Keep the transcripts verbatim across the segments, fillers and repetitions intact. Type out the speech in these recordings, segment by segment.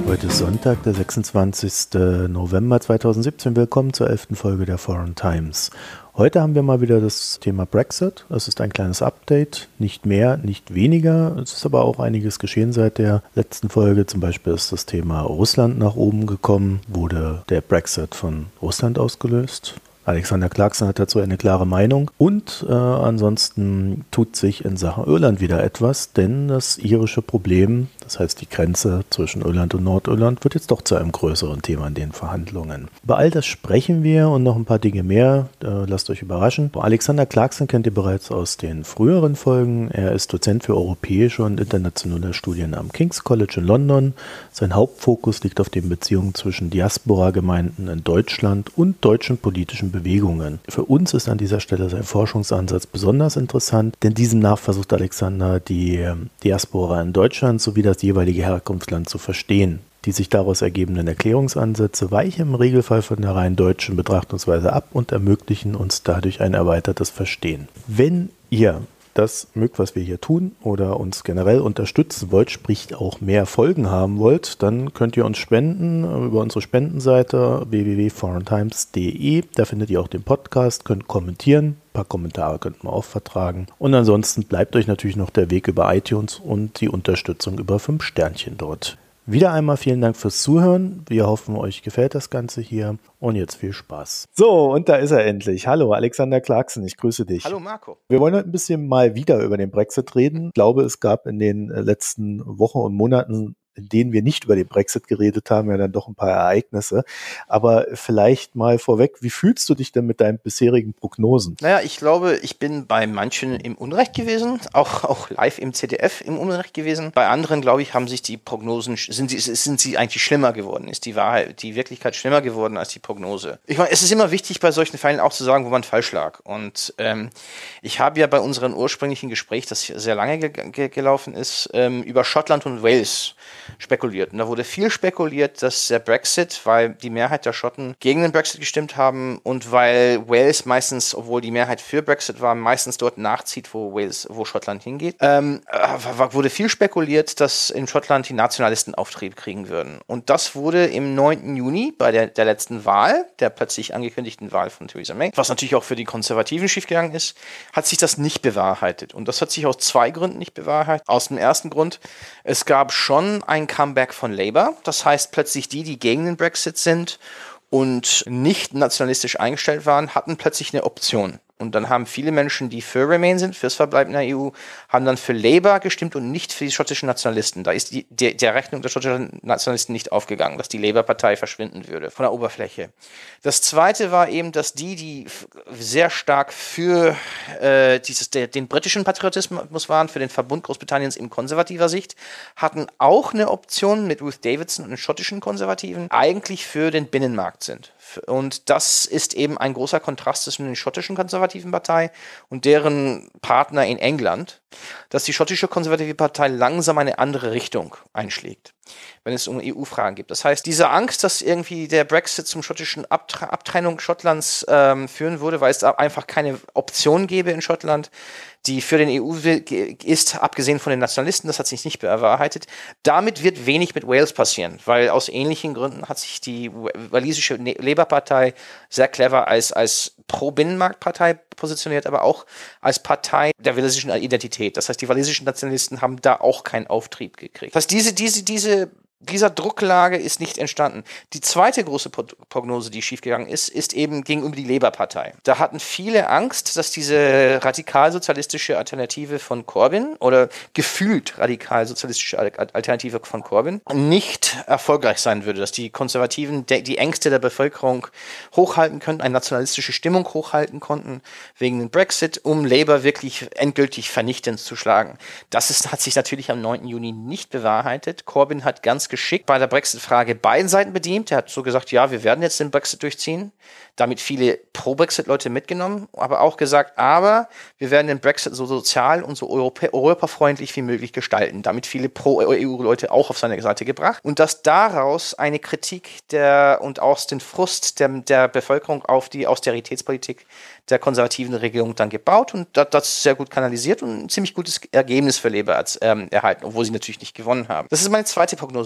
Heute ist Sonntag, der sechsundzwanzigster November zweitausendsiebzehn. Willkommen zur elften Folge der Foreign Times. Heute haben wir mal wieder das Thema Brexit. Es ist ein kleines Update, nicht mehr, nicht weniger. Es ist aber auch einiges geschehen seit der letzten Folge. Zum Beispiel ist das Thema Russland nach oben gekommen, wurde der Brexit von Russland ausgelöst. Alexander Clarkson hat dazu eine klare Meinung und äh, ansonsten tut sich in Sachen Irland wieder etwas, denn das irische Problem, das heißt die Grenze zwischen Irland und Nordirland, wird jetzt doch zu einem größeren Thema in den Verhandlungen. Über all das sprechen wir und noch ein paar Dinge mehr, äh, lasst euch überraschen. Alexander Clarkson kennt ihr bereits aus den früheren Folgen. Er ist Dozent für europäische und internationale Studien am King's College in London. Sein Hauptfokus liegt auf den Beziehungen zwischen Diaspora-Gemeinden in Deutschland und deutschen politischen Bewegungen. Für uns ist an dieser Stelle sein Forschungsansatz besonders interessant, denn diesem nach versucht Alexander, die Diaspora in Deutschland sowie das jeweilige Herkunftsland zu verstehen. Die sich daraus ergebenden Erklärungsansätze weichen im Regelfall von der rein deutschen Betrachtungsweise ab und ermöglichen uns dadurch ein erweitertes Verstehen. Wenn ihr das mögt, was wir hier tun oder uns generell unterstützen wollt, sprich auch mehr Folgen haben wollt, dann könnt ihr uns spenden über unsere Spendenseite w w w punkt foreign times punkt d e. Da findet ihr auch den Podcast, könnt kommentieren, ein paar Kommentare könnt ihr auch vertragen. Und ansonsten bleibt euch natürlich noch der Weg über iTunes und die Unterstützung über fünf Sternchen dort. Wieder einmal vielen Dank fürs Zuhören. Wir hoffen, euch gefällt das Ganze hier. Und jetzt viel Spaß. So, und da ist er endlich. Hallo, Alexander Clarkson, ich grüße dich. Hallo, Marco. Wir wollen heute ein bisschen mal wieder über den Brexit reden. Ich glaube, es gab in den letzten Wochen und Monaten, in denen wir nicht über den Brexit geredet haben, ja dann doch ein paar Ereignisse. Aber vielleicht mal vorweg, wie fühlst du dich denn mit deinen bisherigen Prognosen? Naja, ich glaube, ich bin bei manchen im Unrecht gewesen, auch, auch live im Z D F im Unrecht gewesen. Bei anderen, glaube ich, haben sich die Prognosen, sind sie, sind sie eigentlich schlimmer geworden? Ist die Wahrheit, die Wirklichkeit schlimmer geworden als die Prognose? Ich meine, es ist immer wichtig, bei solchen Fällen auch zu sagen, wo man falsch lag. Und ähm, ich habe ja bei unserem ursprünglichen Gespräch, das sehr lange ge- ge- gelaufen ist, ähm, über Schottland und Wales spekuliert. Und da wurde viel spekuliert, dass der Brexit, weil die Mehrheit der Schotten gegen den Brexit gestimmt haben und weil Wales meistens, obwohl die Mehrheit für Brexit war, meistens dort nachzieht, wo Wales, wo Schottland hingeht, ähm, wurde viel spekuliert, dass in Schottland die Nationalisten Auftrieb kriegen würden. Und das wurde im neunten Juni bei der, der letzten Wahl, der plötzlich angekündigten Wahl von Theresa May, was natürlich auch für die Konservativen schiefgegangen ist, hat sich das nicht bewahrheitet. Und das hat sich aus zwei Gründen nicht bewahrheitet. Aus dem ersten Grund, es gab schon ein Comeback von Labour. Das heißt, plötzlich die, die gegen den Brexit sind und nicht nationalistisch eingestellt waren, hatten plötzlich eine Option. Und dann haben viele Menschen, die für Remain sind, fürs Verbleiben in der E U, haben dann für Labour gestimmt und nicht für die schottischen Nationalisten. Da ist die, der, der Rechnung der schottischen Nationalisten nicht aufgegangen, dass die Labour-Partei verschwinden würde von der Oberfläche. Das Zweite war eben, dass die, die sehr stark für äh, dieses, der, den britischen Patriotismus waren, für den Verbund Großbritanniens in konservativer Sicht, hatten auch eine Option mit Ruth Davidson und den schottischen Konservativen, eigentlich für den Binnenmarkt sind. Und das ist eben ein großer Kontrast zwischen der schottischen konservativen Partei und deren Partner in England, dass die schottische konservative Partei langsam eine andere Richtung einschlägt, wenn es um E U-Fragen geht. Das heißt, diese Angst, dass irgendwie der Brexit zum schottischen Abtre- Abtrennung Schottlands ähm, führen würde, weil es einfach keine Option gäbe in Schottland, die für den E U ist, abgesehen von den Nationalisten, das hat sich nicht bewahrheitet. Damit wird wenig mit Wales passieren, weil aus ähnlichen Gründen hat sich die walisische Labour-Partei sehr clever als, als Pro-Binnenmarkt-Partei positioniert, aber auch als Partei der walisischen Identität. Das heißt, die walisischen Nationalisten haben da auch keinen Auftrieb gekriegt. Das heißt, diese, diese, diese Dieser Drucklage ist nicht entstanden. Die zweite große Prognose, die schiefgegangen ist, ist eben gegenüber die Labour-Partei. Da hatten viele Angst, dass diese radikal-sozialistische Alternative von Corbyn oder gefühlt radikal-sozialistische Alternative von Corbyn nicht erfolgreich sein würde, dass die Konservativen die Ängste der Bevölkerung hochhalten könnten, eine nationalistische Stimmung hochhalten konnten wegen dem Brexit, um Labour wirklich endgültig vernichtend zu schlagen. Das ist, hat sich natürlich am neunten Juni nicht bewahrheitet. Corbyn hat ganz geschickt bei der Brexit-Frage beiden Seiten bedient. Er hat so gesagt, ja, wir werden jetzt den Brexit durchziehen. Damit viele Pro-Brexit-Leute mitgenommen, aber auch gesagt, aber wir werden den Brexit so sozial und so europä- europafreundlich wie möglich gestalten. Damit viele Pro-E U-Leute auch auf seine Seite gebracht. Und dass daraus eine Kritik der und aus den Frust der, der Bevölkerung auf die Austeritätspolitik der konservativen Regierung dann gebaut und das, das sehr gut kanalisiert und ein ziemlich gutes Ergebnis für Labour als, ähm, erhalten, obwohl sie natürlich nicht gewonnen haben. Das ist meine zweite Prognose.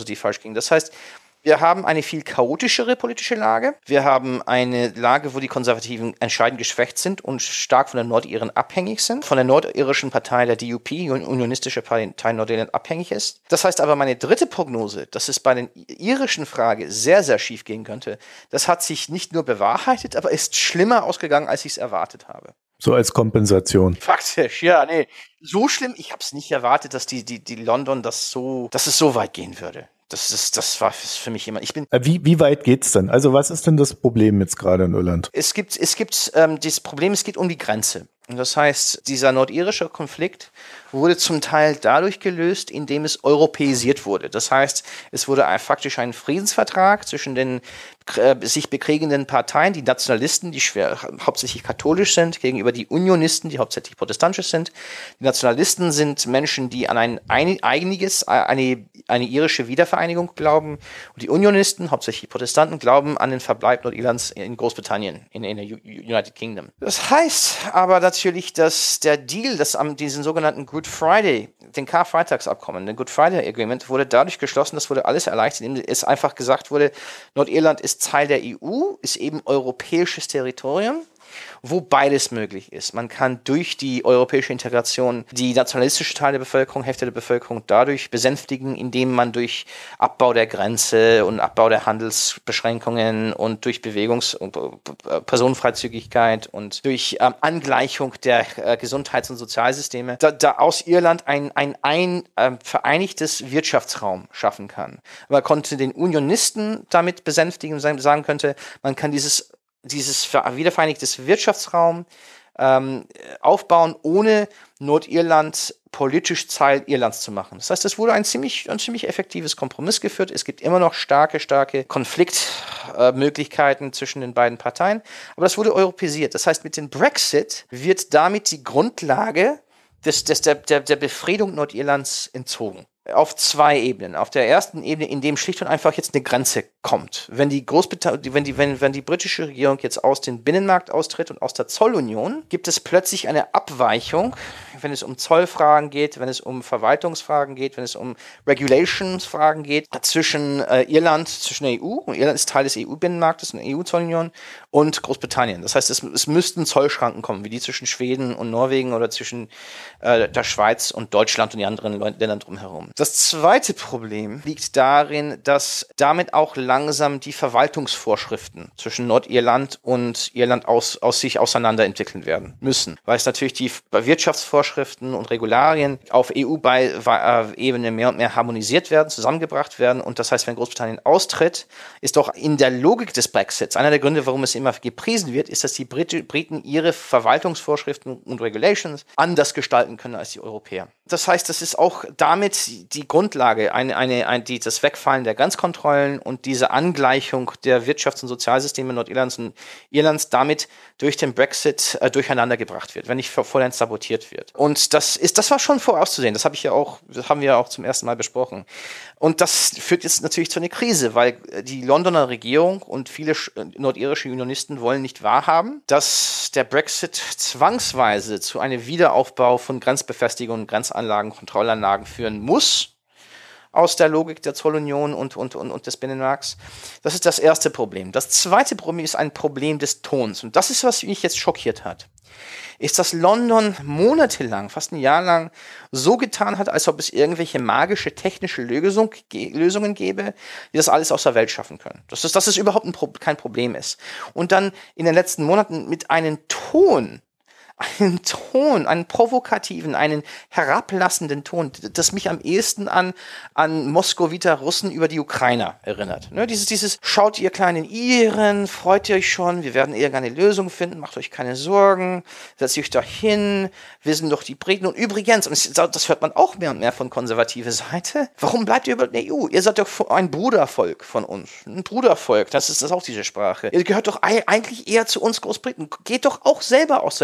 die falsch gingen. Das heißt, wir haben eine viel chaotischere politische Lage. Wir haben eine Lage, wo die Konservativen entscheidend geschwächt sind und stark von der Nordiren abhängig sind. Von der nordirischen Partei, der D U P, die unionistische Partei Nordirland, abhängig ist. Das heißt aber, meine dritte Prognose, dass es bei der irischen Frage sehr, sehr schief gehen könnte, das hat sich nicht nur bewahrheitet, aber ist schlimmer ausgegangen, als ich es erwartet habe. So als Kompensation. Faktisch, ja, nee. So schlimm, ich habe es nicht erwartet, dass die, die, die London das so, dass es so weit gehen würde. Das ist, das war für mich immer. Ich bin. Wie, wie weit geht's denn? Also was ist denn das Problem jetzt gerade in Irland? Es gibt, es gibt ähm, dieses Problem. Es geht um die Grenze. Und das heißt, dieser nordirische Konflikt wurde zum Teil dadurch gelöst, indem es europäisiert wurde. Das heißt, es wurde ein, faktisch ein Friedensvertrag zwischen den äh, sich bekriegenden Parteien, die Nationalisten, die schwer, hauptsächlich katholisch sind, gegenüber die Unionisten, die hauptsächlich protestantisch sind. Die Nationalisten sind Menschen, die an ein, ein einiges, eine, eine irische Wiedervereinigung glauben. Und die Unionisten, hauptsächlich Protestanten, glauben an den Verbleib Nordirlands in Großbritannien, in, in der United Kingdom. Das heißt aber natürlich, dass der Deal, das am diesen sogenannten Good Friday, den Karfreitagsabkommen, den Good Friday Agreement, wurde dadurch geschlossen, das wurde alles erleichtert, indem es einfach gesagt wurde, Nordirland ist Teil der E U, ist eben europäisches Territorium, wo beides möglich ist. Man kann durch die europäische Integration die nationalistische Teil der Bevölkerung, Hälfte der Bevölkerung dadurch besänftigen, indem man durch Abbau der Grenze und Abbau der Handelsbeschränkungen und durch Bewegungs- und Personenfreizügigkeit und durch ähm, Angleichung der äh, Gesundheits- und Sozialsysteme, da, da aus Irland ein, ein, ein äh, vereinigtes Wirtschaftsraum schaffen kann. Man konnte den Unionisten damit besänftigen, sagen könnte, man kann dieses dieses wiedervereinigtes Wirtschaftsraum ähm, aufbauen, ohne Nordirland politisch Teil Irlands zu machen. Das heißt, es wurde ein ziemlich, ein ziemlich effektives Kompromiss geführt. Es gibt immer noch starke, starke Konfliktmöglichkeiten äh, zwischen den beiden Parteien, aber das wurde europäisiert. Das heißt, mit dem Brexit wird damit die Grundlage des, des, der, der, der Befriedung Nordirlands entzogen. Auf zwei Ebenen. Auf der ersten Ebene, in dem schlicht und einfach jetzt eine Grenze kommt. Wenn die Großbritannien, wenn die, wenn, wenn die britische Regierung jetzt aus dem Binnenmarkt austritt und aus der Zollunion, gibt es plötzlich eine Abweichung, wenn es um Zollfragen geht, wenn es um Verwaltungsfragen geht, wenn es um Regulationsfragen geht, zwischen äh, Irland, zwischen der E U, und Irland ist Teil des E U-Binnenmarktes und der E U-Zollunion, und Großbritannien. Das heißt, es, es müssten Zollschranken kommen, wie die zwischen Schweden und Norwegen oder zwischen äh, der Schweiz und Deutschland und die anderen Ländern drumherum. Das zweite Problem liegt darin, dass damit auch langsam die Verwaltungsvorschriften zwischen Nordirland und Irland aus, aus sich auseinanderentwickeln werden müssen. Weil es natürlich die Wirtschaftsvorschriften und Regularien auf E U-Ebene mehr und mehr harmonisiert werden, zusammengebracht werden. Und das heißt, wenn Großbritannien austritt, ist doch in der Logik des Brexits, einer der Gründe, warum es immer gepriesen wird, ist, dass die Brit- Briten ihre Verwaltungsvorschriften und Regulations anders gestalten können als die Europäer. Das heißt, das ist auch damit die Grundlage, eine, eine, ein, die, das Wegfallen der Grenzkontrollen und diese Angleichung der Wirtschafts- und Sozialsysteme Nordirlands und Irlands damit durch den Brexit äh, durcheinandergebracht wird, wenn nicht vollends sabotiert wird. Und das ist, das war schon vorauszusehen. Das habe ich ja auch, das haben wir ja auch zum ersten Mal besprochen. Und das führt jetzt natürlich zu einer Krise, weil die Londoner Regierung und viele nordirische Unionisten wollen nicht wahrhaben, dass der Brexit zwangsweise zu einem Wiederaufbau von Grenzbefestigungen, Grenzanlagen, Kontrollanlagen führen muss, aus der Logik der Zollunion und, und, und, und des Binnenmarkts. Das ist das erste Problem. Das zweite Problem ist ein Problem des Tons. Und das ist, was mich jetzt schockiert hat. Ist, dass London monatelang, fast ein Jahr lang, so getan hat, als ob es irgendwelche magische technische Lösung, Lösungen gäbe, die das alles aus der Welt schaffen können. Dass das, dass das überhaupt ein Pro- kein Problem ist. Und dann in den letzten Monaten mit einem Ton, einen Ton, einen provokativen, einen herablassenden Ton, das mich am ehesten an, an Moskowiter Russen über die Ukrainer erinnert. Ne, dieses, dieses, schaut ihr kleinen Iren, freut ihr euch schon, wir werden irgendeine Lösung finden, macht euch keine Sorgen, setzt euch da hin, wir sind doch die Briten. Und übrigens, und das hört man auch mehr und mehr von konservativer Seite, warum bleibt ihr über der E U? Ihr seid doch ein Brudervolk von uns. Ein Brudervolk, das ist, das ist auch diese Sprache. Ihr gehört doch eigentlich eher zu uns Großbriten. Geht doch auch selber aus der E U raus.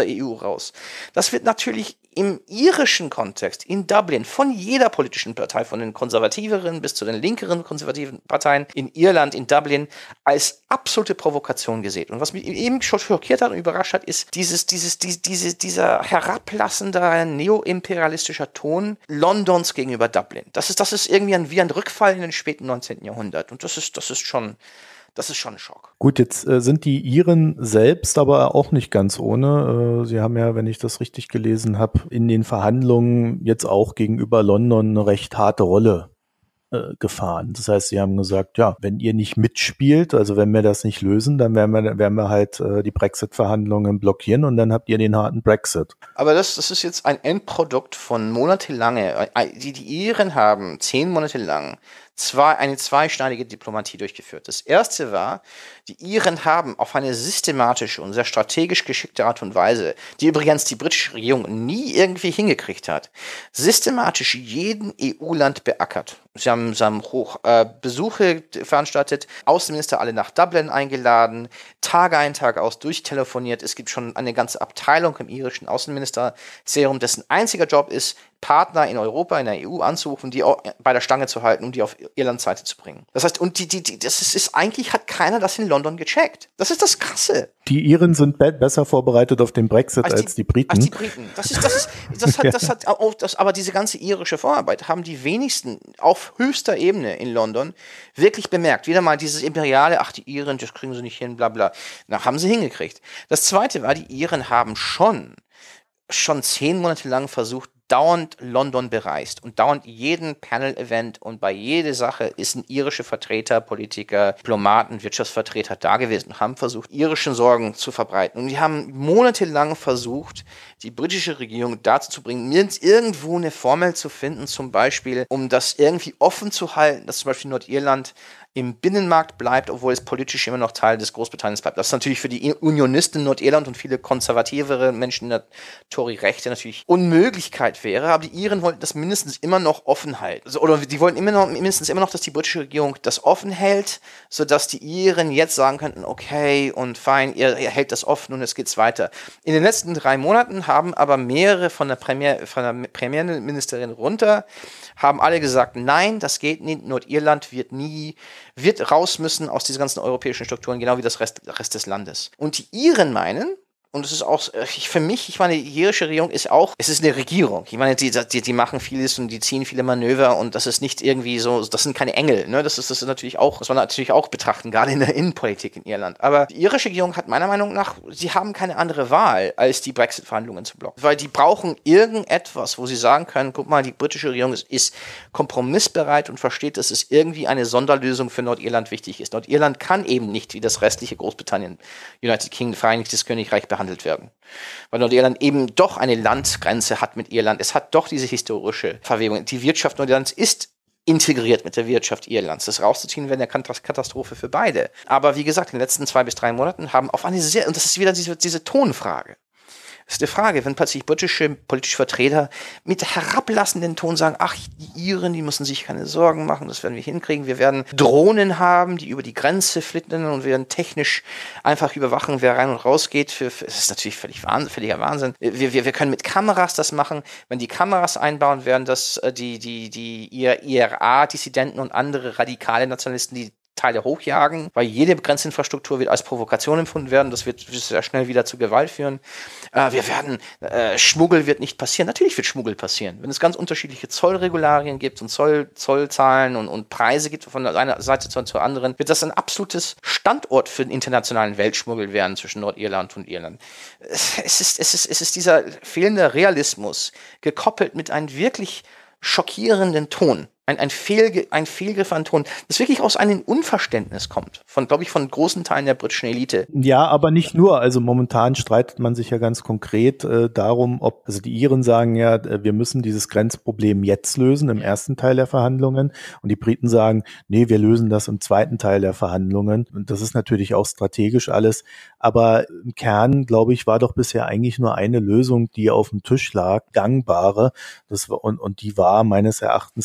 raus. Das wird natürlich im irischen Kontext, in Dublin, von jeder politischen Partei, von den konservativeren bis zu den linkeren konservativen Parteien in Irland, in Dublin, als absolute Provokation gesehen. Und was mich eben schon schockiert hat und überrascht hat, ist dieses, dieses, diese, diese, dieser herablassender, neoimperialistischer Ton Londons gegenüber Dublin. Das ist, das ist irgendwie ein, wie ein Rückfall in den späten neunzehnten Jahrhundert. Und das ist, das ist schon... Das ist schon ein Schock. Gut, jetzt äh, sind die Iren selbst aber auch nicht ganz ohne. Äh, sie haben ja, wenn ich das richtig gelesen habe, in den Verhandlungen jetzt auch gegenüber London eine recht harte Rolle äh, gefahren. Das heißt, sie haben gesagt, ja, wenn ihr nicht mitspielt, also wenn wir das nicht lösen, dann werden wir, werden wir halt äh, die Brexit-Verhandlungen blockieren und dann habt ihr den harten Brexit. Aber das, das ist jetzt ein Endprodukt von monatelange, die, die Iren haben zehn Monate lang Zwei, eine zweischneidige Diplomatie durchgeführt. Das erste war, die Iren haben auf eine systematische und sehr strategisch geschickte Art und Weise, die übrigens die britische Regierung nie irgendwie hingekriegt hat, systematisch jeden E U-Land beackert. Sie haben, sie haben hoch, äh, Besuche veranstaltet, Außenminister alle nach Dublin eingeladen, Tage ein, Tag aus durchtelefoniert. Es gibt schon eine ganze Abteilung im irischen Außenministerium, dessen einziger Job ist, Partner in Europa, in der E U anzurufen, die auch bei der Stange zu halten, um die auf Irlands Seite zu bringen. Das heißt, und die, die, die, das ist, ist eigentlich hat keiner das in London gecheckt. Das ist das Krasse. Die Iren sind be- besser vorbereitet auf den Brexit als, als die, die Briten. Als die Briten. Das ist, das ist, das hat, das hat auch, das, aber diese ganze irische Vorarbeit haben die wenigsten auf höchster Ebene in London wirklich bemerkt. Wieder mal dieses imperiale, ach, die Iren, das kriegen sie nicht hin, bla, bla. Na, haben sie hingekriegt. Das zweite war, die Iren haben schon, schon zehn Monate lang versucht, dauernd London bereist und dauernd jeden Panel-Event und bei jeder Sache ist ein irischer Vertreter, Politiker, Diplomaten, Wirtschaftsvertreter da gewesen und haben versucht, irischen Sorgen zu verbreiten. Und die haben monatelang versucht, die britische Regierung dazu zu bringen, irgendwo eine Formel zu finden, zum Beispiel, um das irgendwie offen zu halten, dass zum Beispiel Nordirland im Binnenmarkt bleibt, obwohl es politisch immer noch Teil des Großbritanniens bleibt. Das ist natürlich für die Unionisten in Nordirland und viele konservativere Menschen in der Tory-Rechte natürlich Unmöglichkeit wäre, aber die Iren wollten das mindestens immer noch offen halten. Also, oder die wollten immer noch, mindestens immer noch, dass die britische Regierung das offen hält, sodass die Iren jetzt sagen könnten, okay und fein, ihr, ihr hält das offen und es geht's weiter. In den letzten drei Monaten haben aber mehrere von der, Premier, von der Premierministerin runter, haben alle gesagt, nein, das geht nicht, Nordirland wird nie wird raus müssen aus diesen ganzen europäischen Strukturen, genau wie das Rest, Rest des Landes. Und die Iren meinen, und es ist auch, ich, für mich, ich meine, die irische Regierung ist auch, es ist eine Regierung. Ich meine, die, die, die machen vieles und die ziehen viele Manöver und das ist nicht irgendwie so, das sind keine Engel, ne? Das ist, das ist natürlich auch, das soll man natürlich auch betrachten, gerade in der Innenpolitik in Irland. Aber die irische Regierung hat meiner Meinung nach, sie haben keine andere Wahl, als die Brexit-Verhandlungen zu blocken. Weil die brauchen irgendetwas, wo sie sagen können, guck mal, die britische Regierung ist, ist kompromissbereit und versteht, dass es irgendwie eine Sonderlösung für Nordirland wichtig ist. Nordirland kann eben nicht wie das restliche Großbritannien, United Kingdom, Vereinigtes Königreich behandelt werden. Weil Nordirland eben doch eine Landgrenze hat mit Irland. Es hat doch diese historische Verwebung. Die Wirtschaft Nordirlands ist integriert mit der Wirtschaft Irlands. Das rauszuziehen wäre eine Katastrophe für beide. Aber wie gesagt, in den letzten zwei bis drei Monaten haben auf eine sehr, und das ist wieder diese, diese Tonfrage. Das ist die Frage, wenn plötzlich britische politische Vertreter mit herablassenden Ton sagen, ach, die Iren, die müssen sich keine Sorgen machen, das werden wir hinkriegen. Wir werden Drohnen haben, die über die Grenze flittern und wir werden technisch einfach überwachen, wer rein und raus geht. Für, für, das ist natürlich völlig Wahnsinn, völliger Wahnsinn. Wir, wir, wir können mit Kameras das machen. Wenn die Kameras einbauen werden, dass die, die, die I R A-Dissidenten und andere radikale Nationalisten, die Teile hochjagen, weil jede Grenzinfrastruktur wird als Provokation empfunden werden. Das wird sehr schnell wieder zu Gewalt führen. Äh, wir werden, äh, Schmuggel wird nicht passieren. Natürlich wird Schmuggel passieren. Wenn es ganz unterschiedliche Zollregularien gibt und Zoll, Zollzahlen und, und Preise gibt von einer Seite zur, zur anderen, wird das ein absolutes Standort für den internationalen Weltschmuggel werden zwischen Nordirland und Irland. Es ist, es ist, es ist dieser fehlende Realismus gekoppelt mit einem wirklich schockierenden Ton. Ein, ein, Fehlge, ein Fehlgriff an Ton, das wirklich aus einem Unverständnis kommt, von, glaube ich, von großen Teilen der britischen Elite. Ja, aber nicht nur. Also momentan streitet man sich ja ganz konkret äh, darum, ob, also die Iren sagen ja, äh, wir müssen dieses Grenzproblem jetzt lösen, im ersten Teil der Verhandlungen. Und die Briten sagen, nee, wir lösen das im zweiten Teil der Verhandlungen. Und das ist natürlich auch strategisch alles. Aber im Kern, glaube ich, war doch bisher eigentlich nur eine Lösung, die auf dem Tisch lag, gangbare. Das war, und, und die war meines Erachtens, dass man sagt,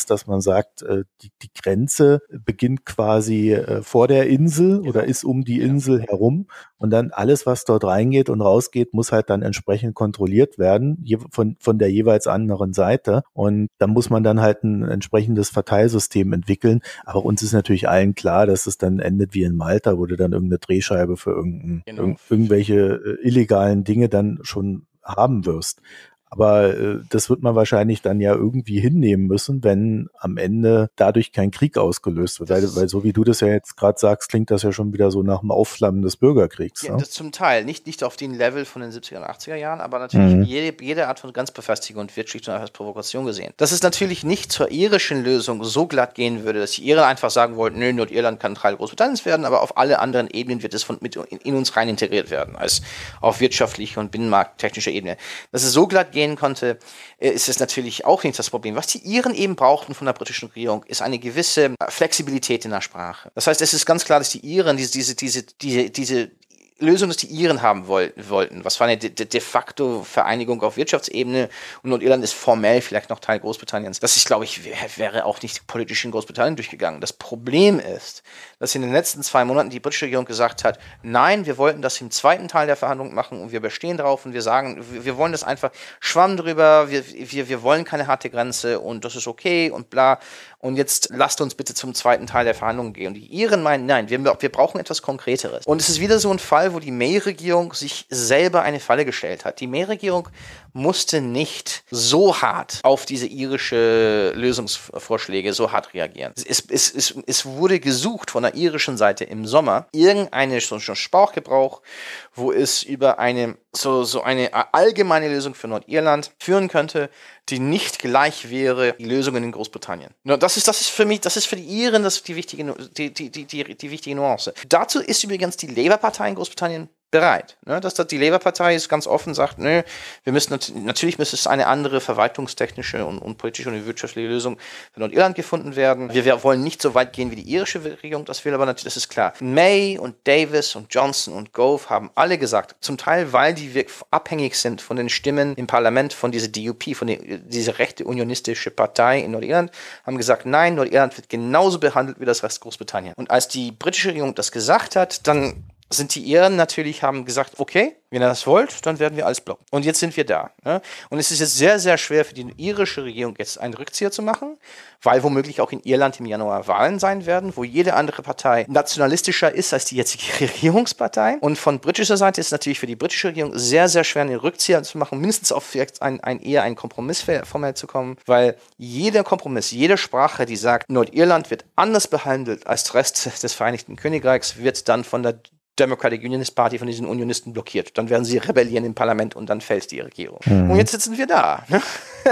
sagt, äh, die, die Grenze beginnt quasi äh, vor der Insel oder ist um die Insel herum und dann alles, was dort reingeht und rausgeht, muss halt dann entsprechend kontrolliert werden je, von, von der jeweils anderen Seite und dann muss man dann halt ein entsprechendes Verteilsystem entwickeln, aber uns ist natürlich allen klar, dass es dann endet wie in Malta, wo du dann irgendeine Drehscheibe für irgendein, genau. irg- irgendwelche äh, illegalen Dinge dann schon haben wirst. Aber äh, das wird man wahrscheinlich dann ja irgendwie hinnehmen müssen, wenn am Ende dadurch kein Krieg ausgelöst wird. Weil, weil so wie du das ja jetzt gerade sagst, klingt das ja schon wieder so nach dem Aufflammen des Bürgerkriegs. Ja, ne? das zum Teil. Nicht, nicht auf den Level von den siebziger und achtziger Jahren, aber natürlich Mhm. jede, jede Art von Grenzbefestigung und wird schlicht und einfach als Provokation gesehen. Dass es natürlich nicht zur irischen Lösung so glatt gehen würde, dass die Iren einfach sagen wollten, nö, Nordirland kann Teil Großbritanniens werden, aber auf alle anderen Ebenen wird es von, mit in, in uns rein integriert werden, als auf wirtschaftlicher und binnenmarkttechnischer Ebene. Dass es so glatt gehen konnte, ist es natürlich auch nicht das Problem. Was die Iren eben brauchten von der britischen Regierung, ist eine gewisse Flexibilität in der Sprache. Das heißt, es ist ganz klar, dass die Iren diese, diese, diese, diese, diese Lösung, dass die Iren haben wollten. Was war eine de, de facto Vereinigung auf Wirtschaftsebene und Nordirland ist formell vielleicht noch Teil Großbritanniens. Das ist, glaube ich, wär, wäre auch nicht politisch in Großbritannien durchgegangen. Das Problem ist, dass in den letzten zwei Monaten die britische Regierung gesagt hat, nein, wir wollten das im zweiten Teil der Verhandlung machen und wir bestehen drauf und wir sagen, wir wollen das einfach schwamm drüber, wir, wir, wir wollen keine harte Grenze und das ist okay und bla. Und jetzt lasst uns bitte zum zweiten Teil der Verhandlungen gehen. Und die Iren meinen, nein, wir, wir brauchen etwas Konkreteres. Und es ist wieder so ein Fall, wo die May-Regierung sich selber eine Falle gestellt hat. Die May-Regierung musste nicht so hart auf diese irische Lösungsvorschläge so hart reagieren. Es, es, es, es wurde gesucht von der irischen Seite im Sommer irgendeine so, so Sprachgebrauch, wo es über eine so, so eine allgemeine Lösung für Nordirland führen könnte, die nicht gleich wäre die Lösungen in Großbritannien. Das ist, das ist für mich, das ist für die Iren das die wichtige, die, die, die, die, die wichtige Nuance. Dazu ist übrigens die Labour-Partei in Großbritannien bereit. Ne? Dass das die Labour-Partei ist ganz offen sagt, nö, wir müssen nat- natürlich müsste es eine andere verwaltungstechnische und, und politische und wirtschaftliche Lösung für Nordirland gefunden werden. Wir, wir wollen nicht so weit gehen wie die irische Regierung, das will aber natürlich, das ist klar. May und Davis und Johnson und Gove haben alle gesagt, zum Teil, weil die wir abhängig sind von den Stimmen im Parlament von dieser D U P, von der, diese rechte unionistische Partei in Nordirland, haben gesagt, nein, Nordirland wird genauso behandelt wie das Rest Großbritannien. Und als die britische Regierung das gesagt hat, dann sind die Iren natürlich, haben gesagt, okay, wenn ihr das wollt, dann werden wir alles blocken. Und jetzt sind wir da. Ne? Und es ist jetzt sehr, sehr schwer für die irische Regierung jetzt einen Rückzieher zu machen, weil womöglich auch in Irland im Januar Wahlen sein werden, wo jede andere Partei nationalistischer ist als die jetzige Regierungspartei. Und von britischer Seite ist es natürlich für die britische Regierung sehr, sehr schwer, einen Rückzieher zu machen, mindestens auf vielleicht ein, ein, eher einen Kompromiss formell zu kommen, weil jeder Kompromiss, jede Sprache, die sagt, Nordirland wird anders behandelt als der Rest des Vereinigten Königreichs, wird dann von der Democratic Unionist Party von diesen Unionisten blockiert. Dann werden sie rebellieren im Parlament und dann fällt die Regierung. Mhm. Und jetzt sitzen wir da. Ne?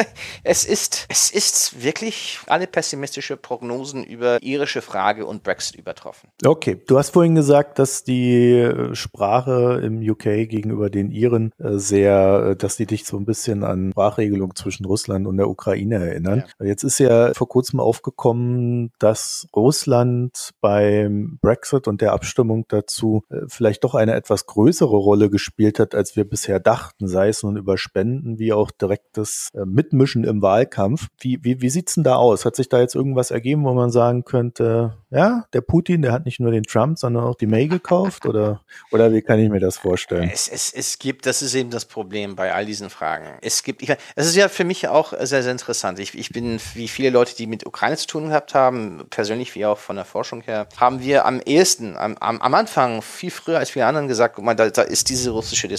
Es ist, es ist wirklich alle pessimistische Prognosen über irische Frage und Brexit übertroffen. Okay, du hast vorhin gesagt, dass die Sprache im U K gegenüber den Iren sehr, dass die dich so ein bisschen an Sprachregelung zwischen Russland und der Ukraine erinnern. Ja. Jetzt ist ja vor kurzem aufgekommen, dass Russland beim Brexit und der Abstimmung dazu vielleicht doch eine etwas größere Rolle gespielt hat, als wir bisher dachten, sei es nun über Spenden wie auch direktes Mitmischen im Wahlkampf. Wie, wie, wie sieht's denn da aus? Hat sich da jetzt irgendwas ergeben, wo man sagen könnte, ja, der Putin, der hat nicht nur den Trump, sondern auch die May gekauft? Oder, oder wie kann ich mir das vorstellen? Es, es, es gibt, das ist eben das Problem bei all diesen Fragen. Es gibt, ich, es ist ja für mich auch sehr, sehr interessant. Ich, ich bin, wie viele Leute, die mit Ukraine zu tun gehabt haben, persönlich wie auch von der Forschung her, haben wir am ehesten, am, am, am Anfang, viel früher als viele anderen gesagt, guck mal, da, da ist diese russische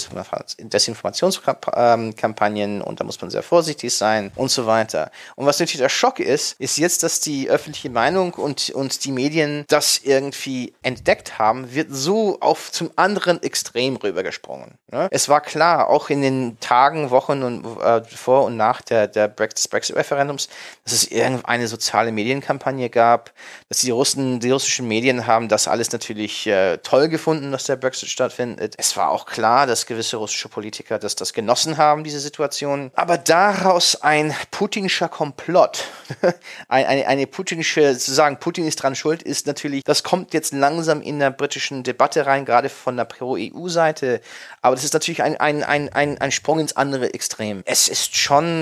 Desinformationskampagnen und da muss man sehr vorsichtig sein und so weiter. Und was natürlich der Schock ist, ist jetzt, dass die öffentliche Meinung und, und die Medien das irgendwie entdeckt haben, wird so auf zum anderen Extrem rübergesprungen. Ne? Es war klar, auch in den Tagen, Wochen und äh, vor und nach der, der Brexit, des Brexit-Referendums, dass es irgendeine soziale Medienkampagne gab, dass die Russen, die russischen Medien haben das alles natürlich äh, toll gefunden, dass der Brexit stattfindet. Es war auch klar, dass gewisse russische Politiker das, das genossen haben, diese Situation. Aber daraus ein putinscher Komplott, eine, eine, eine putinsche, zu sagen, Putin ist dran schuld, ist natürlich, das kommt jetzt langsam in der britischen Debatte rein, gerade von der Pro-E U-Seite. Aber das ist natürlich ein, ein, ein, ein, ein Sprung ins andere Extrem. Es ist schon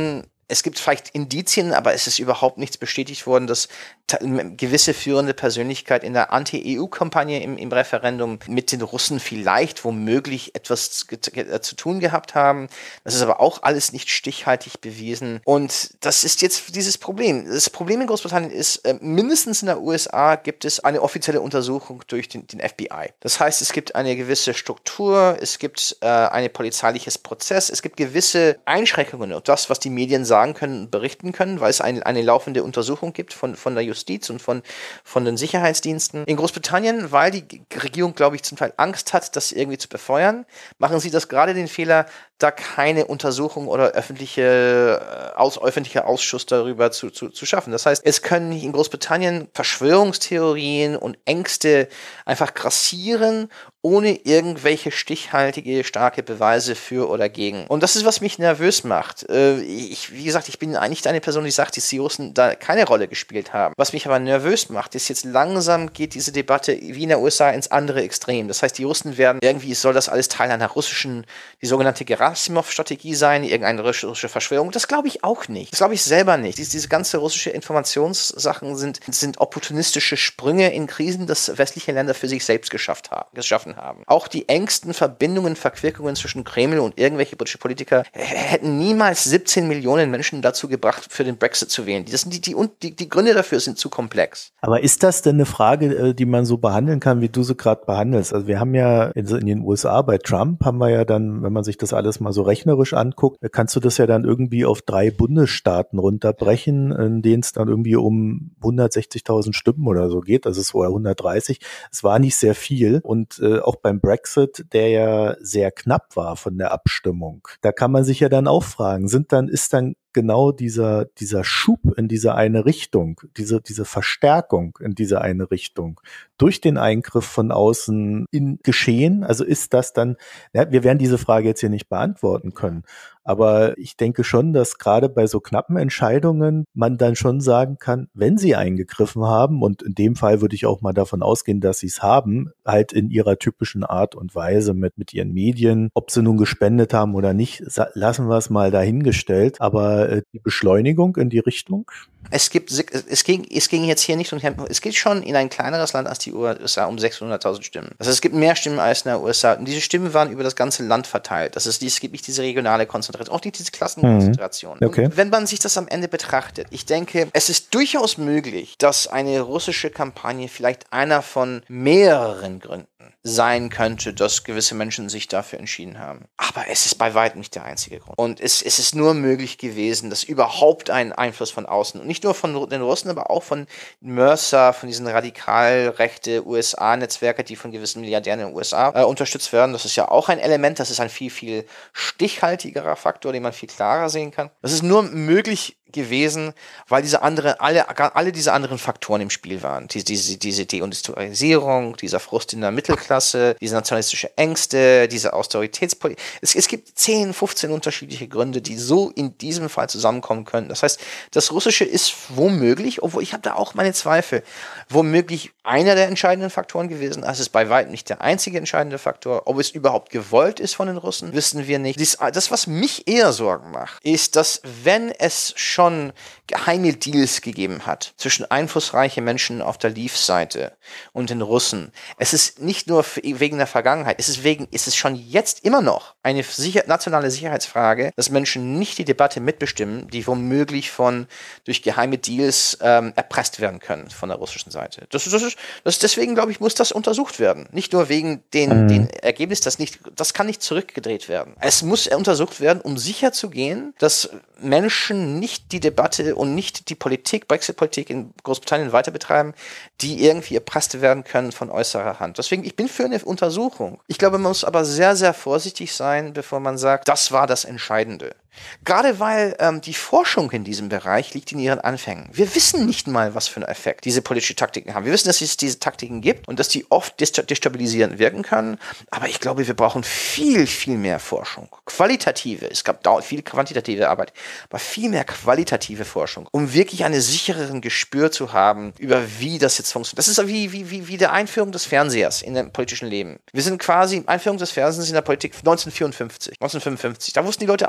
Es gibt vielleicht Indizien, aber es ist überhaupt nichts bestätigt worden, dass gewisse führende Persönlichkeit in der Anti-E U-Kampagne im, im Referendum mit den Russen vielleicht womöglich etwas zu, zu tun gehabt haben. Das ist aber auch alles nicht stichhaltig bewiesen. Und das ist jetzt dieses Problem. Das Problem in Großbritannien ist, äh, mindestens in der U S A gibt es eine offizielle Untersuchung durch den, den F B I. Das heißt, es gibt eine gewisse Struktur, es gibt äh, ein polizeiliches Prozess, es gibt gewisse Einschränkungen auf das, was die Medien sagen können und berichten können, weil es eine, eine laufende Untersuchung gibt von, von der Justiz und von, von den Sicherheitsdiensten. In Großbritannien, weil die Regierung, glaube ich, zum Teil Angst hat, das irgendwie zu befeuern, machen sie das gerade den Fehler, da keine Untersuchung oder öffentliche, aus, öffentlicher Ausschuss darüber zu, zu, zu schaffen. Das heißt, es können in Großbritannien Verschwörungstheorien und Ängste einfach grassieren, ohne irgendwelche stichhaltige, starke Beweise für oder gegen. Und das ist, was mich nervös macht. Ich, wie gesagt, ich bin eigentlich eine Person, die sagt, dass die Russen da keine Rolle gespielt haben. Was mich aber nervös macht, ist jetzt langsam geht diese Debatte wie in der U S A ins andere Extrem. Das heißt, die Russen werden irgendwie, soll das alles Teil einer russischen, die sogenannte Gerasimov-Strategie sein, irgendeine russische Verschwörung. Das glaube ich auch nicht. Das glaube ich selber nicht. Diese, diese ganze russische Informationssachen sind, sind opportunistische Sprünge in Krisen, das westliche Länder für sich selbst geschafft haben, geschaffen haben. Auch die engsten Verbindungen, Verquickungen zwischen Kreml und irgendwelche britische Politiker hätten niemals siebzehn Millionen Menschen dazu gebracht, für den Brexit zu wählen. Das sind die, die, die, die Gründe dafür sind zu komplex. Aber ist das denn eine Frage, die man so behandeln kann, wie du sie gerade behandelst? Also wir haben ja in, in den U S A bei Trump haben wir ja dann, wenn man sich das alles mal so rechnerisch anguckt, kannst du das ja dann irgendwie auf drei Bundesstaaten runterbrechen, in denen es dann irgendwie um hundertsechzigtausend Stimmen oder so geht. Das ist vorher hundertdreißig. Es war nicht sehr viel. Und äh, auch beim Brexit, der ja sehr knapp war von der Abstimmung, da kann man sich ja dann auch fragen, sind dann, ist dann genau dieser, dieser Schub in diese eine Richtung, diese, diese Verstärkung in diese eine Richtung durch den Eingriff von außen in Geschehen? Also ist das dann, ja, wir werden diese Frage jetzt hier nicht beantworten können, aber ich denke schon, dass gerade bei so knappen Entscheidungen man dann schon sagen kann, wenn sie eingegriffen haben, und in dem Fall würde ich auch mal davon ausgehen, dass sie es haben, halt in ihrer typischen Art und Weise mit, mit ihren Medien, ob sie nun gespendet haben oder nicht, lassen wir es mal dahingestellt, aber äh, die Beschleunigung in die Richtung? Es gibt, es ging, es ging jetzt hier nicht um, es geht schon in ein kleineres Land als die U S A um sechshunderttausend Stimmen. Also es gibt mehr Stimmen als in der U S A. Und diese Stimmen waren über das ganze Land verteilt. Das ist, es gibt nicht diese regionale Konzentration, auch nicht diese Klassenkonzentration. Okay. Und wenn man sich das am Ende betrachtet, ich denke, es ist durchaus möglich, dass eine russische Kampagne vielleicht einer von mehreren Gründen sein könnte, dass gewisse Menschen sich dafür entschieden haben. Aber es ist bei weitem nicht der einzige Grund. Und es, es ist nur möglich gewesen, dass überhaupt ein Einfluss von außen, und nicht nur von den Russen, aber auch von Mercer, von diesen radikal rechte U S A-Netzwerke, die von gewissen Milliardären in den U S A äh, unterstützt werden. Das ist ja auch ein Element, das ist ein viel, viel stichhaltigerer Faktor, den man viel klarer sehen kann. Das ist nur möglich gewesen, weil diese andere, alle, alle diese anderen Faktoren im Spiel waren. Diese, diese, diese Deindustrialisierung, dieser Frust in der Mittelklasse, diese nationalistische Ängste, diese Austeritätspolitik. Es, es gibt zehn, fünfzehn unterschiedliche Gründe, die so in diesem Fall zusammenkommen können. Das heißt, das Russische ist womöglich, obwohl ich habe da auch meine Zweifel, womöglich einer der entscheidenden Faktoren gewesen. Es ist bei weitem nicht der einzige entscheidende Faktor. Ob es überhaupt gewollt ist von den Russen, wissen wir nicht. Das, das was mich eher Sorgen macht, ist, dass wenn es schon geheime Deals gegeben hat zwischen einflussreichen Menschen auf der Leave-Seite und den Russen. Es ist nicht nur wegen der Vergangenheit, es ist wegen, es ist schon jetzt immer noch eine sicher, nationale Sicherheitsfrage, dass Menschen nicht die Debatte mitbestimmen, die womöglich von durch geheime Deals ähm, erpresst werden können von der russischen Seite. Das, das ist, das, deswegen glaube ich, muss das untersucht werden. Nicht nur wegen den, mhm. den Ergebnis, das nicht, das kann nicht zurückgedreht werden. Es muss untersucht werden, um sicher zu gehen, dass Menschen nicht die Debatte und nicht die Politik, Brexit-Politik in Großbritannien weiter betreiben, die irgendwie erpresst werden können von äußerer Hand. Deswegen, ich bin für eine Untersuchung. Ich glaube, man muss aber sehr, sehr vorsichtig sein, bevor man sagt, das war das Entscheidende. Gerade weil ähm, die Forschung in diesem Bereich liegt in ihren Anfängen. Wir wissen nicht mal, was für einen Effekt diese politischen Taktiken haben. Wir wissen, dass es diese Taktiken gibt und dass die oft destabilisierend wirken können. Aber ich glaube, wir brauchen viel, viel mehr Forschung. Qualitative. Es gab viel quantitative Arbeit, aber viel mehr qualitative Forschung, um wirklich einen sichereren Gespür zu haben, über wie das jetzt funktioniert. Das ist wie, wie, wie, wie der Einführung des Fernsehers in dem politischen Leben. Wir sind quasi Einführung des Fernsehens in der Politik neunzehnhundertvierundfünfzig, neunzehnhundertfünfundfünfzig. Da wussten die Leute auch nicht,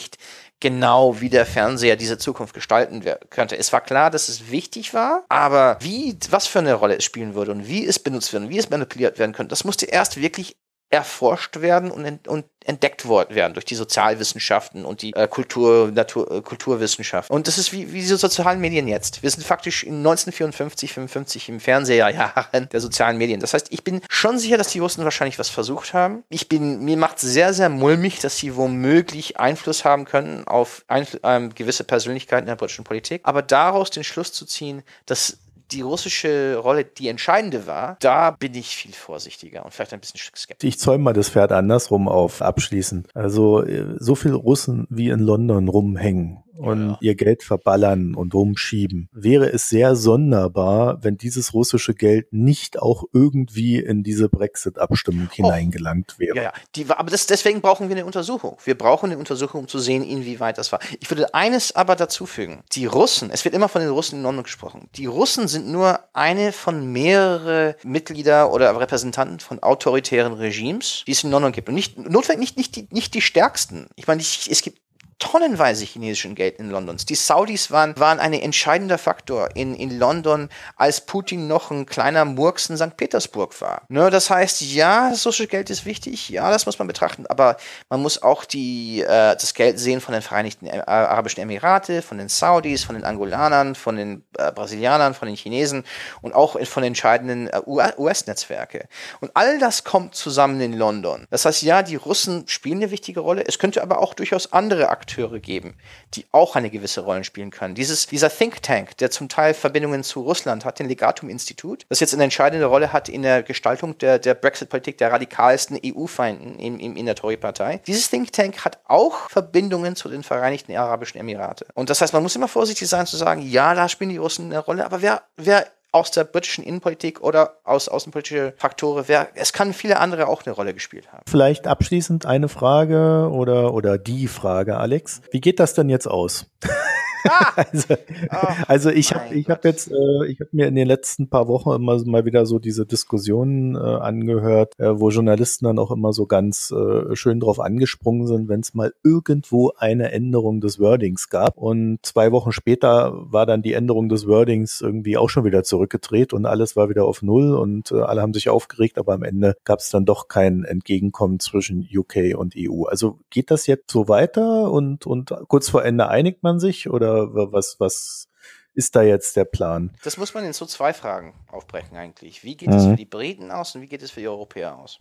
nicht genau, wie der Fernseher diese Zukunft gestalten könnte. Es war klar, dass es wichtig war, aber wie, was für eine Rolle es spielen würde und wie es benutzt wird und wie es manipuliert werden könnte, das musste erst wirklich erforscht werden und, ent- und entdeckt werden durch die Sozialwissenschaften und die äh, Kultur, Natur, äh, Kulturwissenschaften. Und das ist wie, wie die sozialen Medien jetzt. Wir sind faktisch in neunzehnhundertvierundfünfzig, fünfundfünfzig im Fernsehjahren der sozialen Medien. Das heißt, ich bin schon sicher, dass die Russen wahrscheinlich was versucht haben. Ich bin, mir macht sehr, sehr mulmig, dass sie womöglich Einfluss haben können auf Einfl- ähm, gewisse Persönlichkeiten in der britischen Politik. Aber daraus den Schluss zu ziehen, dass die russische Rolle die entscheidende war, da bin ich viel vorsichtiger und vielleicht ein bisschen skeptisch. Ich zäume mal das Pferd andersrum auf, abschließend. Also so viele Russen wie in London rumhängen und ja, ja. ihr Geld verballern und rumschieben, wäre es sehr sonderbar, wenn dieses russische Geld nicht auch irgendwie in diese Brexit-Abstimmung oh. hineingelangt wäre. Ja, ja. Die, aber das, deswegen brauchen wir eine Untersuchung. Wir brauchen eine Untersuchung, um zu sehen, inwieweit das war. Ich würde eines aber dazu fügen. Die Russen, es wird immer von den Russen in London gesprochen, die Russen sind nur eine von mehreren Mitglieder oder Repräsentanten von autoritären Regimes, die es in London gibt. Und nicht notwendig nicht, nicht, die, nicht die stärksten. Ich meine, es gibt tonnenweise chinesischen Geld in London. Die Saudis waren, waren ein entscheidender Faktor in, in London, als Putin noch ein kleiner Murks in Sankt Petersburg war. Ne, das heißt, ja, das russische Geld ist wichtig, ja, das muss man betrachten, aber man muss auch die, äh, das Geld sehen von den Vereinigten Arabischen Emirate, von den Saudis, von den Angolanern, von den äh, Brasilianern, von den Chinesen und auch von den entscheidenden äh, U S-Netzwerke. Und all das kommt zusammen in London. Das heißt, ja, die Russen spielen eine wichtige Rolle, es könnte aber auch durchaus andere Akteure Akteure geben, die auch eine gewisse Rolle spielen können. Dieses, dieser Think Tank, der zum Teil Verbindungen zu Russland hat, den Legatum-Institut, das jetzt eine entscheidende Rolle hat in der Gestaltung der, der Brexit-Politik der radikalsten E U-Feinden in, in, in der Tory-Partei. Dieses Think Tank hat auch Verbindungen zu den Vereinigten Arabischen Emirate. Und das heißt, man muss immer vorsichtig sein zu sagen, ja, da spielen die Russen eine Rolle, aber wer, wer aus der britischen Innenpolitik oder aus außenpolitische Faktoren, wer, es kann viele andere auch eine Rolle gespielt haben. Vielleicht abschließend eine Frage oder, oder die Frage, Alex. Wie geht das denn jetzt aus? Ah! also, oh, also ich habe ich hab jetzt, äh, ich habe mir in den letzten paar Wochen immer mal wieder so diese Diskussionen äh, angehört, äh, wo Journalisten dann auch immer so ganz äh, schön drauf angesprungen sind, wenn es mal irgendwo eine Änderung des Wordings gab. Und zwei Wochen später war dann die Änderung des Wordings irgendwie auch schon wieder zurückgedreht und alles war wieder auf Null und äh, alle haben sich aufgeregt, aber am Ende gab es dann doch kein Entgegenkommen zwischen U K und E U. Also geht das jetzt so weiter und, und kurz vor Ende einigt man sich oder was, was ist da jetzt der Plan? Das muss man in so zwei Fragen aufbrechen eigentlich. Wie geht mhm. es für die Briten aus und wie geht es für die Europäer aus?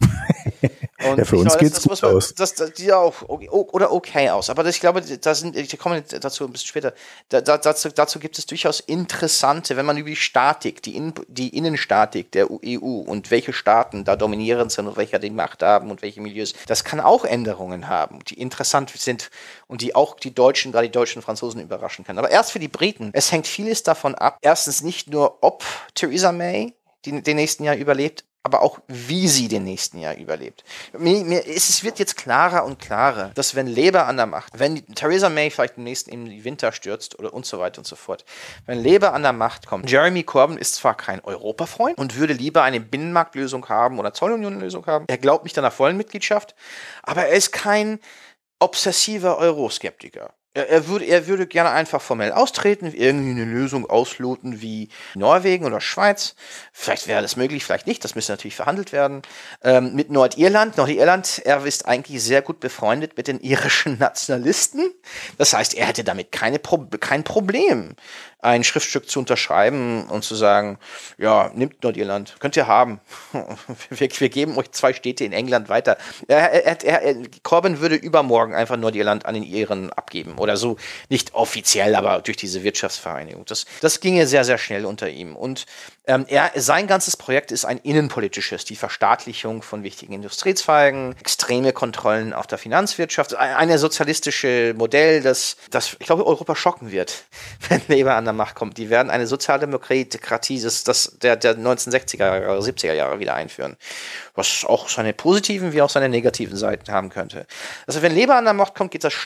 Und ja, für uns geht es gut man, aus. Das, das, die auch okay, oder okay aus. Aber das, ich glaube, da sind, die kommen dazu ein bisschen später. Da, da, dazu, dazu gibt es durchaus interessante, wenn man über die Statik, die, In, die Innenstatik der E U und welche Staaten da dominierend sind und welche die Macht haben und welche Milieus, das kann auch Änderungen haben, die interessant sind und die auch die Deutschen, gerade die Deutschen und Franzosen überraschen können. Aber erst für die Briten. Es hängt vieles davon ab. Erstens nicht nur, ob Theresa May die, den nächsten Jahr überlebt, aber auch, wie sie den nächsten Jahr überlebt. Mir, mir, es wird jetzt klarer und klarer, dass wenn Labour an der Macht, wenn Theresa May vielleicht im nächsten im Winter stürzt oder und so weiter und so fort, wenn Labour an der Macht kommt, Jeremy Corbyn ist zwar kein Europafreund und würde lieber eine Binnenmarktlösung haben oder Zollunionlösung haben, er glaubt nicht an der vollen Mitgliedschaft, aber er ist kein obsessiver Euroskeptiker. Er, er, würde, er würde gerne einfach formell austreten, irgendwie eine Lösung ausloten wie Norwegen oder Schweiz. Vielleicht wäre das möglich, vielleicht nicht. Das müsste natürlich verhandelt werden. Ähm, mit Nordirland. Nordirland, er ist eigentlich sehr gut befreundet mit den irischen Nationalisten. Das heißt, er hätte damit keine Pro- kein Problem, ein Schriftstück zu unterschreiben und zu sagen, ja, nimmt Nordirland, könnt ihr haben. Wir, wir geben euch zwei Städte in England weiter. Er, er, er, er, Corbyn würde übermorgen einfach Nordirland an den Iren abgeben oder so. Nicht offiziell, aber durch diese Wirtschaftsvereinigung. Das, das ginge sehr, sehr schnell unter ihm. Und ähm, er, sein ganzes Projekt ist ein innenpolitisches, die Verstaatlichung von wichtigen Industriezweigen, extreme Kontrollen auf der Finanzwirtschaft, eine sozialistische Modell, das, das ich glaube, Europa schocken wird, wenn Labour an der Macht kommt. Die werden eine Sozialdemokratie das, das der, der neunzehnhundertsechziger Jahre, siebziger Jahre wieder einführen. Was auch seine positiven wie auch seine negativen Seiten haben könnte. Also wenn Labour an der Macht kommt, geht das schnell.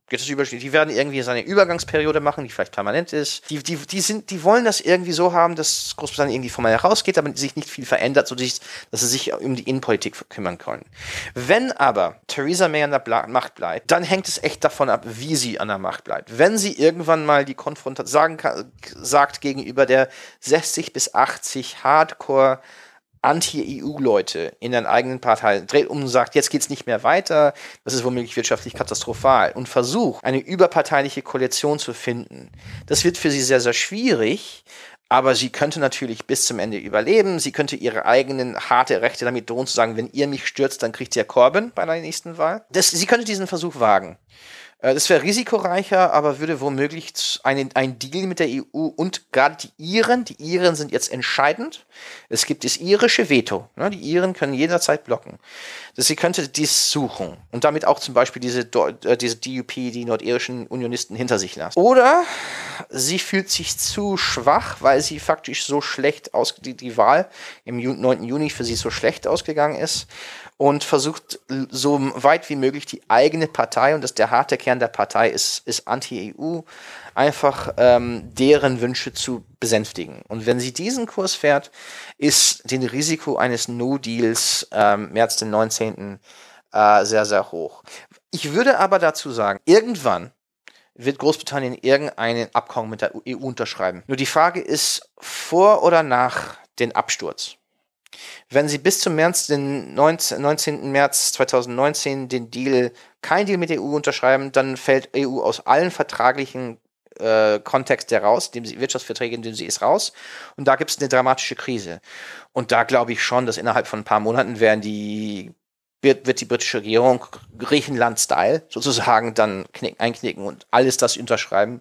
Geht es über, die werden irgendwie so eine Übergangsperiode machen, die vielleicht permanent ist. Die, die, die, sind, die wollen das irgendwie so haben, dass Großbritannien irgendwie formell herausgeht, aber sich nicht viel verändert, sodass sie sich um die Innenpolitik kümmern können. Wenn aber Theresa May an der Bla- Macht bleibt, dann hängt es echt davon ab, wie sie an der Macht bleibt. Wenn sie irgendwann mal die Konfrontation sagen kann, sagt gegenüber der sechzig bis achtzig Hardcore Anti-E U-Leute in den eigenen Partei, dreht um und sagt, jetzt geht's nicht mehr weiter, das ist womöglich wirtschaftlich katastrophal, und versucht, eine überparteiliche Koalition zu finden. Das wird für sie sehr, sehr schwierig, aber sie könnte natürlich bis zum Ende überleben, sie könnte ihre eigenen harte Rechte damit drohen, zu sagen, wenn ihr mich stürzt, dann kriegt ihr Corbyn bei der nächsten Wahl. Das, sie könnte diesen Versuch wagen. Das wäre risikoreicher, aber würde womöglich einen, ein Deal mit der E U und gerade die Iren, die Iren sind jetzt entscheidend. Es gibt das irische Veto. Ne? Die Iren können jederzeit blocken. Das, sie könnte dies suchen und damit auch zum Beispiel diese, äh, diese D U P, die nordirischen Unionisten, hinter sich lassen. Oder sie fühlt sich zu schwach, weil sie faktisch so schlecht aus, die, die Wahl im neunten Juni für sie so schlecht ausgegangen ist, und versucht so weit wie möglich die eigene Partei, und das der harte Kern der Partei ist, ist Anti-E U, einfach ähm, deren Wünsche zu besänftigen. Und wenn sie diesen Kurs fährt, ist das Risiko eines No-Deals ähm, März den neunzehnten Äh, sehr, sehr hoch. Ich würde aber dazu sagen, irgendwann wird Großbritannien irgendein Abkommen mit der E U unterschreiben. Nur die Frage ist, vor oder nach dem Absturz. Wenn sie bis zum März, den neunzehnten März zweitausendneunzehn den Deal, kein Deal mit der E U unterschreiben, dann fällt E U aus allen vertraglichen äh, Kontext heraus, dem sie, Wirtschaftsverträge, in denen sie ist, raus. Und da gibt es eine dramatische Krise. Und da glaube ich schon, dass innerhalb von ein paar Monaten werden die Wird, wird die britische Regierung Griechenland-Style sozusagen dann knick, einknicken und alles das unterschreiben,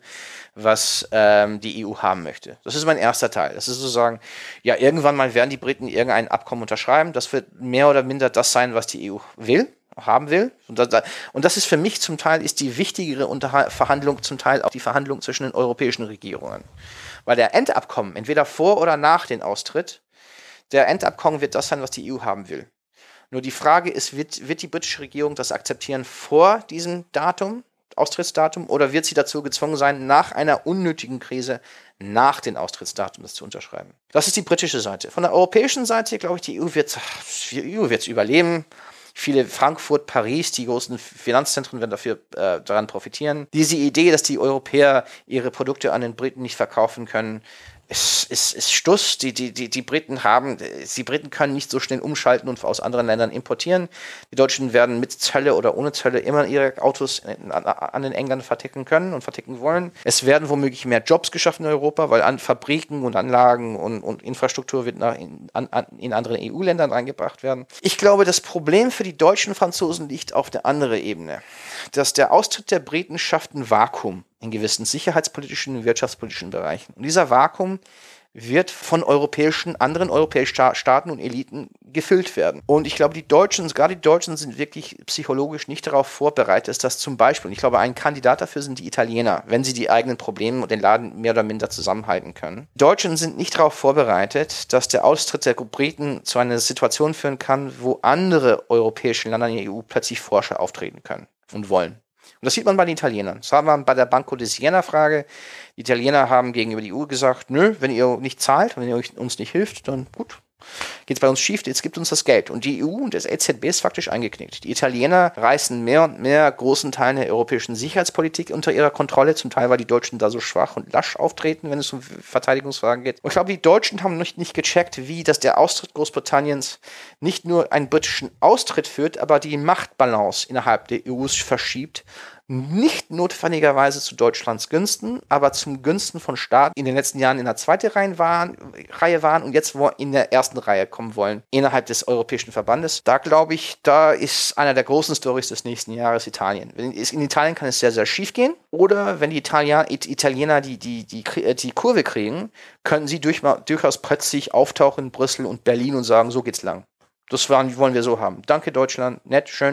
was ähm, die E U haben möchte. Das ist mein erster Teil. Das ist sozusagen, ja, irgendwann mal werden die Briten irgendein Abkommen unterschreiben. Das wird mehr oder minder das sein, was die E U will, haben will. Und das, und das ist für mich zum Teil ist die wichtigere Unterha- Verhandlung, zum Teil auch die Verhandlung zwischen den europäischen Regierungen. Weil der Endabkommen, entweder vor oder nach dem Austritt, der Endabkommen wird das sein, was die E U haben will. Nur die Frage ist, wird, wird die britische Regierung das akzeptieren vor diesem Datum, Austrittsdatum, oder wird sie dazu gezwungen sein, nach einer unnötigen Krise nach dem Austrittsdatum das zu unterschreiben? Das ist die britische Seite. Von der europäischen Seite, glaube ich, die E U wird die E U wird's überleben. Viele Frankfurt, Paris, die großen Finanzzentren werden dafür äh, daran profitieren. Diese Idee, dass die Europäer ihre Produkte an den Briten nicht verkaufen können, ist, ist, ist Stuss. Die, die, die, die Briten haben, die Briten können nicht so schnell umschalten und aus anderen Ländern importieren. Die Deutschen werden mit Zölle oder ohne Zölle immer ihre Autos an, an den Engländern verticken können und verticken wollen. Es werden womöglich mehr Jobs geschaffen in Europa, weil an Fabriken und Anlagen und, und Infrastruktur wird nach, in, an, in anderen E U-Ländern reingebracht werden. Ich glaube, das Problem für die Deutschen und Franzosen liegt auf der anderen Ebene. Dass der Austritt der Briten schafft ein Vakuum in gewissen sicherheitspolitischen und wirtschaftspolitischen Bereichen. Und dieser Vakuum wird von europäischen, anderen europäischen Staaten und Eliten gefüllt werden. Und ich glaube, die Deutschen, gerade die Deutschen, sind wirklich psychologisch nicht darauf vorbereitet, dass zum Beispiel, und ich glaube, ein Kandidat dafür sind die Italiener, wenn sie die eigenen Probleme und den Laden mehr oder minder zusammenhalten können. Die Deutschen sind nicht darauf vorbereitet, dass der Austritt der Briten zu einer Situation führen kann, wo andere europäische Länder in der E U plötzlich Forscher auftreten können und wollen. Und das sieht man bei den Italienern. Das haben wir bei der Banco di Siena-Frage. Die Italiener haben gegenüber die E U gesagt, nö, wenn ihr nicht zahlt, wenn ihr uns nicht hilft, dann gut, geht's bei uns schief, jetzt gibt uns das Geld. Und die E U und das E Z B ist faktisch eingeknickt. Die Italiener reißen mehr und mehr großen Teilen der europäischen Sicherheitspolitik unter ihrer Kontrolle, zum Teil, weil die Deutschen da so schwach und lasch auftreten, wenn es um Verteidigungsfragen geht. Und ich glaube, die Deutschen haben nicht, nicht gecheckt, wie dass der Austritt Großbritanniens nicht nur einen britischen Austritt führt, aber die Machtbalance innerhalb der E U verschiebt. Nicht notwendigerweise zu Deutschlands Günsten, aber zum Günsten von Staaten, die in den letzten Jahren in der zweiten Reihe waren, Reihe waren und jetzt in der ersten Reihe kommen wollen, innerhalb des Europäischen Verbandes. Da glaube ich, da ist einer der großen Storys des nächsten Jahres Italien. In Italien kann es sehr, sehr schief gehen. Oder wenn die Italiener, Italiener die, die, die, die Kurve kriegen, können sie durch, durchaus plötzlich auftauchen in Brüssel und Berlin und sagen, so geht's lang. Das wollen wir so haben. Danke Deutschland, nett, schön.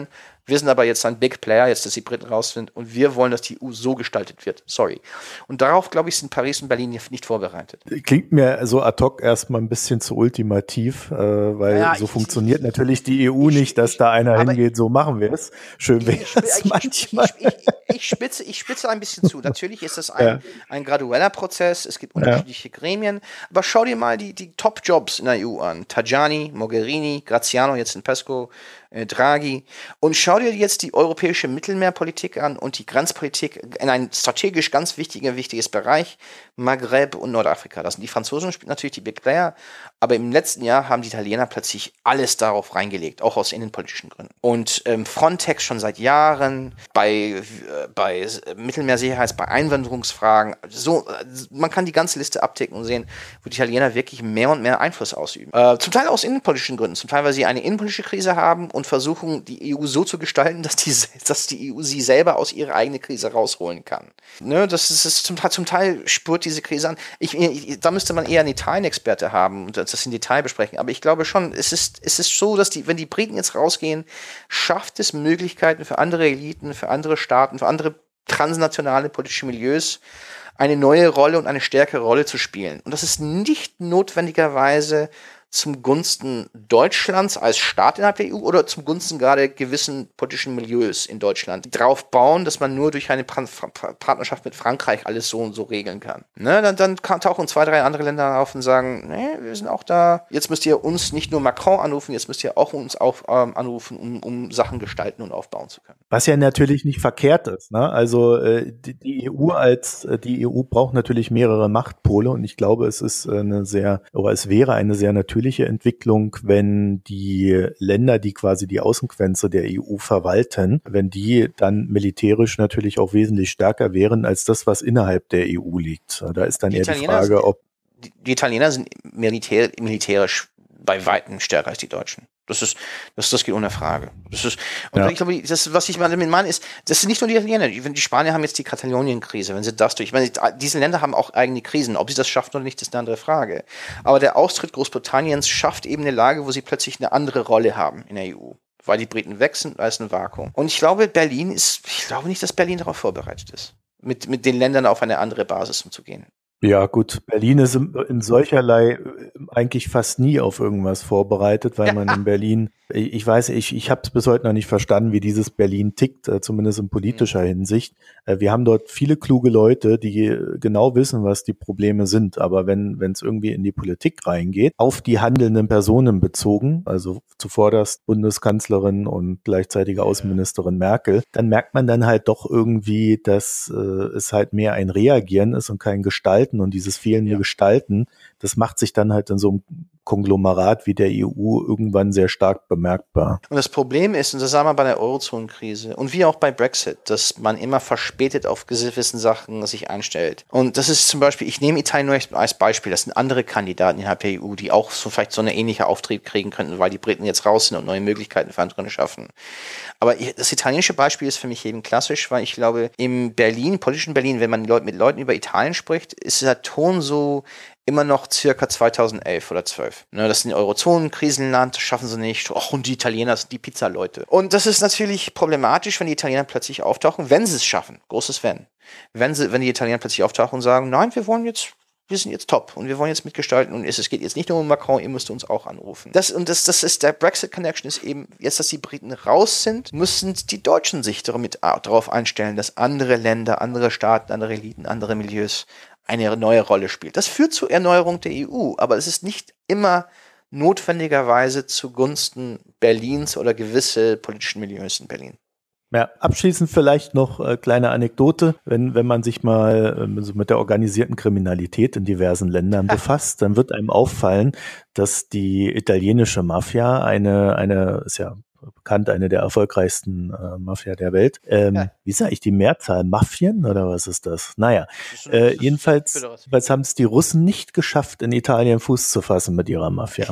Wir sind aber jetzt ein Big Player, jetzt, dass die Briten raus sind und wir wollen, dass die E U so gestaltet wird. Sorry. Und darauf, glaube ich, sind Paris und Berlin nicht vorbereitet. Klingt mir so ad hoc erstmal ein bisschen zu ultimativ, äh, weil Ja, so ich- funktioniert ich- natürlich die E U ich- nicht, dass ich- da einer aber- hingeht, so machen wir es. Schön wäre Ich, es ich, ich, manchmal. ich, ich, ich, spitze, ich spitze ein bisschen zu. Natürlich ist das ein, Ja. ein gradueller Prozess, es gibt unterschiedliche Gremien, aber schau dir mal die, die Top-Jobs in der E U an. Tajani, Mogherini, Graziano, jetzt in Pesco, äh, Draghi. Und schau dir jetzt die europäische Mittelmeerpolitik an und die Grenzpolitik in ein strategisch ganz wichtiger, wichtiges Bereich, Maghreb und Nordafrika. Das sind die Franzosen, spielen natürlich die Big Player, aber im letzten Jahr haben die Italiener plötzlich alles darauf reingelegt, auch aus innenpolitischen Gründen. Und ähm, Frontex schon seit Jahren, bei, äh, bei Mittelmeersicherheits-, bei Einwanderungsfragen, so, äh, man kann die ganze Liste abticken und sehen, wo die Italiener wirklich mehr und mehr Einfluss ausüben. Äh, zum Teil aus innenpolitischen Gründen, zum Teil, weil sie eine innenpolitische Krise haben und versuchen, die E U so zu gestalten, dass die, dass die E U sie selber aus ihrer eigenen Krise rausholen kann. Ne, das ist, ist zum, Teil, zum Teil spürt diese Krise an. Ich, ich, da müsste man eher einen Italien-Experte haben und das im Detail besprechen. Aber ich glaube schon, es ist, es ist so, dass die, wenn die Briten jetzt rausgehen, schafft es Möglichkeiten für andere Eliten, für andere Staaten, für andere transnationale politische Milieus, eine neue Rolle und eine stärkere Rolle zu spielen. Und das ist nicht notwendigerweise zum Gunsten Deutschlands als Staat innerhalb der E U oder zum Gunsten gerade gewissen politischen Milieus in Deutschland, die darauf bauen, dass man nur durch eine pra- pra- Partnerschaft mit Frankreich alles so und so regeln kann. Ne, dann, dann kann, tauchen zwei, drei andere Länder auf und sagen, nee, wir sind auch da, jetzt müsst ihr uns nicht nur Macron anrufen, jetzt müsst ihr auch uns auf, ähm, anrufen, um, um Sachen gestalten und aufbauen zu können. Was ja natürlich nicht verkehrt ist, ne? Also äh, die, die E U als äh, die E U braucht natürlich mehrere Machtpole und ich glaube, es ist äh, eine sehr oder es wäre eine sehr natürliche Entwicklung, wenn die Länder, die quasi die Außengrenze der E U verwalten, wenn die dann militärisch natürlich auch wesentlich stärker wären als das, was innerhalb der E U liegt. Da ist dann Die eher die Italiener Frage, sind- ob Die, die Italiener sind militär, militärisch bei Weitem stärker als die Deutschen. Das ist, das, das geht ohne Frage. Das ist, und Ja. ich glaube, das, was ich damit meine, ist, das sind nicht nur die Italiener. Die, die Spanier haben jetzt die Katalonien-Krise, wenn sie das durch, ich meine, diese Länder haben auch eigene Krisen. Ob sie das schaffen oder nicht, ist eine andere Frage. Aber der Austritt Großbritanniens schafft eben eine Lage, wo sie plötzlich eine andere Rolle haben in der E U. Weil die Briten weg sind, da ist ein Vakuum. Und ich glaube, Berlin ist, ich glaube nicht, dass Berlin darauf vorbereitet ist, mit, mit den Ländern auf eine andere Basis umzugehen. Ja, gut, Berlin ist in, in solcherlei äh, eigentlich fast nie auf irgendwas vorbereitet, weil man in Berlin, ich ich weiß, ich, ich habe es bis heute noch nicht verstanden, wie dieses Berlin tickt, äh, zumindest in politischer Hinsicht. Äh, wir haben dort viele kluge Leute, die äh, genau wissen, was die Probleme sind, aber wenn wenn es irgendwie in die Politik reingeht, auf die handelnden Personen bezogen, also zuvorderst Bundeskanzlerin und gleichzeitige Außenministerin Merkel, dann merkt man dann halt doch irgendwie, dass äh, es halt mehr ein Reagieren ist und kein Gestalten. Und dieses fehlende Ja. Gestalten, das macht sich dann halt in so einem Konglomerat wie der E U irgendwann sehr stark bemerkbar. Und das Problem ist, und das sagen wir bei der Eurozonenkrise und wie auch bei Brexit, dass man immer verspätet auf gewissen Sachen sich einstellt. Und das ist zum Beispiel, ich nehme Italien nur als Beispiel, das sind andere Kandidaten innerhalb der E U, die auch so vielleicht so eine ähnliche Auftrieb kriegen könnten, weil die Briten jetzt raus sind und neue Möglichkeiten für andere schaffen. Aber das italienische Beispiel ist für mich eben klassisch, weil ich glaube, im Berlin, politischen Berlin, wenn man mit Leuten über Italien spricht, ist der Ton so immer noch circa zweitausendelf oder zwölf. Ne, das sind Eurozonen, Krisenland, das schaffen sie nicht. Och, und die Italiener sind die Pizzaleute. Und das ist natürlich problematisch, wenn die Italiener plötzlich auftauchen, wenn sie es schaffen. Großes Wenn. Wenn sie, wenn die Italiener plötzlich auftauchen und sagen, nein, wir wollen jetzt, wir sind jetzt top und wir wollen jetzt mitgestalten und es, es geht jetzt nicht nur um Macron, ihr müsst uns auch anrufen. Das, und das, das ist, der Brexit-Connection ist eben, jetzt, dass die Briten raus sind, müssen die Deutschen sich damit, darauf einstellen, dass andere Länder, andere Staaten, andere Eliten, andere Milieus eine neue Rolle spielt. Das führt zur Erneuerung der E U, aber es ist nicht immer notwendigerweise zugunsten Berlins oder gewisse politischen Milieus in Berlin. Ja, abschließend vielleicht noch äh, kleine Anekdote. Wenn, wenn man sich mal ähm, so mit der organisierten Kriminalität in diversen Ländern befasst, dann wird einem auffallen, dass die italienische Mafia eine, eine, ist ja bekannt, eine der erfolgreichsten äh, Mafia der Welt. Ähm, Ja. Wie ist eigentlich die Mehrzahl? Mafien oder was ist das? Naja, Das ist- äh, das ist jedenfalls, Föderation. jedenfalls haben es die Russen nicht geschafft, in Italien Fuß zu fassen mit ihrer Mafia.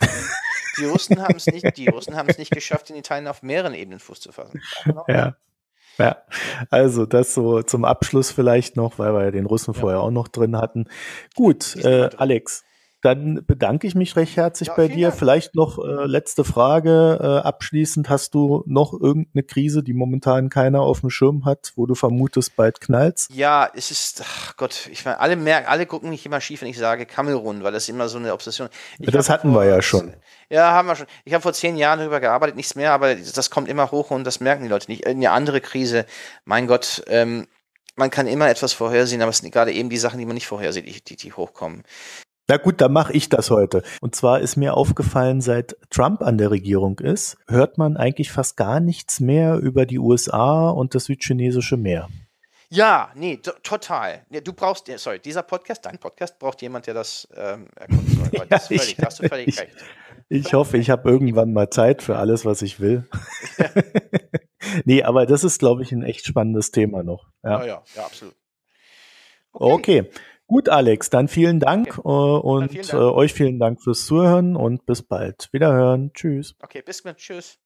Die Russen haben es nicht, die Russen haben es nicht geschafft, in Italien auf mehreren Ebenen Fuß zu fassen. Ja. Ja, also das so zum Abschluss vielleicht noch, weil wir ja den Russen Ja. vorher auch noch drin hatten. Gut, Die sind immer äh, drin. Alex, dann bedanke ich mich recht herzlich Ja, bei vielen dir. Dank. Vielleicht noch äh, letzte Frage äh, abschließend. Hast du noch irgendeine Krise, die momentan keiner auf dem Schirm hat, wo du vermutest, bald knallt's? Ja, es ist, ach Gott, ich meine, alle merken, alle gucken mich immer schief, wenn ich sage Kamerun, weil das ist immer so eine Obsession. Ich Das habe hatten vor, wir ja schon. Ja, haben wir schon. Ich habe vor zehn Jahren darüber gearbeitet, nichts mehr, aber das kommt immer hoch und das merken die Leute nicht. Eine andere Krise, mein Gott, ähm, man kann immer etwas vorhersehen, aber es sind gerade eben die Sachen, die man nicht vorhersieht, die, die, die hochkommen. Na gut, dann mache ich das heute. Und zwar ist mir aufgefallen, seit Trump an der Regierung ist, hört man eigentlich fast gar nichts mehr über die U S A und das südchinesische Meer. Ja, nee, to- total. Ja, du brauchst, ja, sorry, dieser Podcast, dein Podcast, braucht jemand, der das ähm, erkunden soll. Weil das Ja, völlig, ich, da hast du völlig ich, recht. ich hoffe, ich habe irgendwann mal Zeit für alles, was ich will. Ja, Nee, aber das ist, glaube ich, ein echt spannendes Thema noch. ja, Ja. ja, ja, absolut. Okay, Okay. Gut, Alex, dann vielen Dank okay. äh, Dann vielen und äh, Dank. euch vielen Dank fürs Zuhören und bis bald. Wiederhören. Tschüss. Okay, bis dann. Tschüss.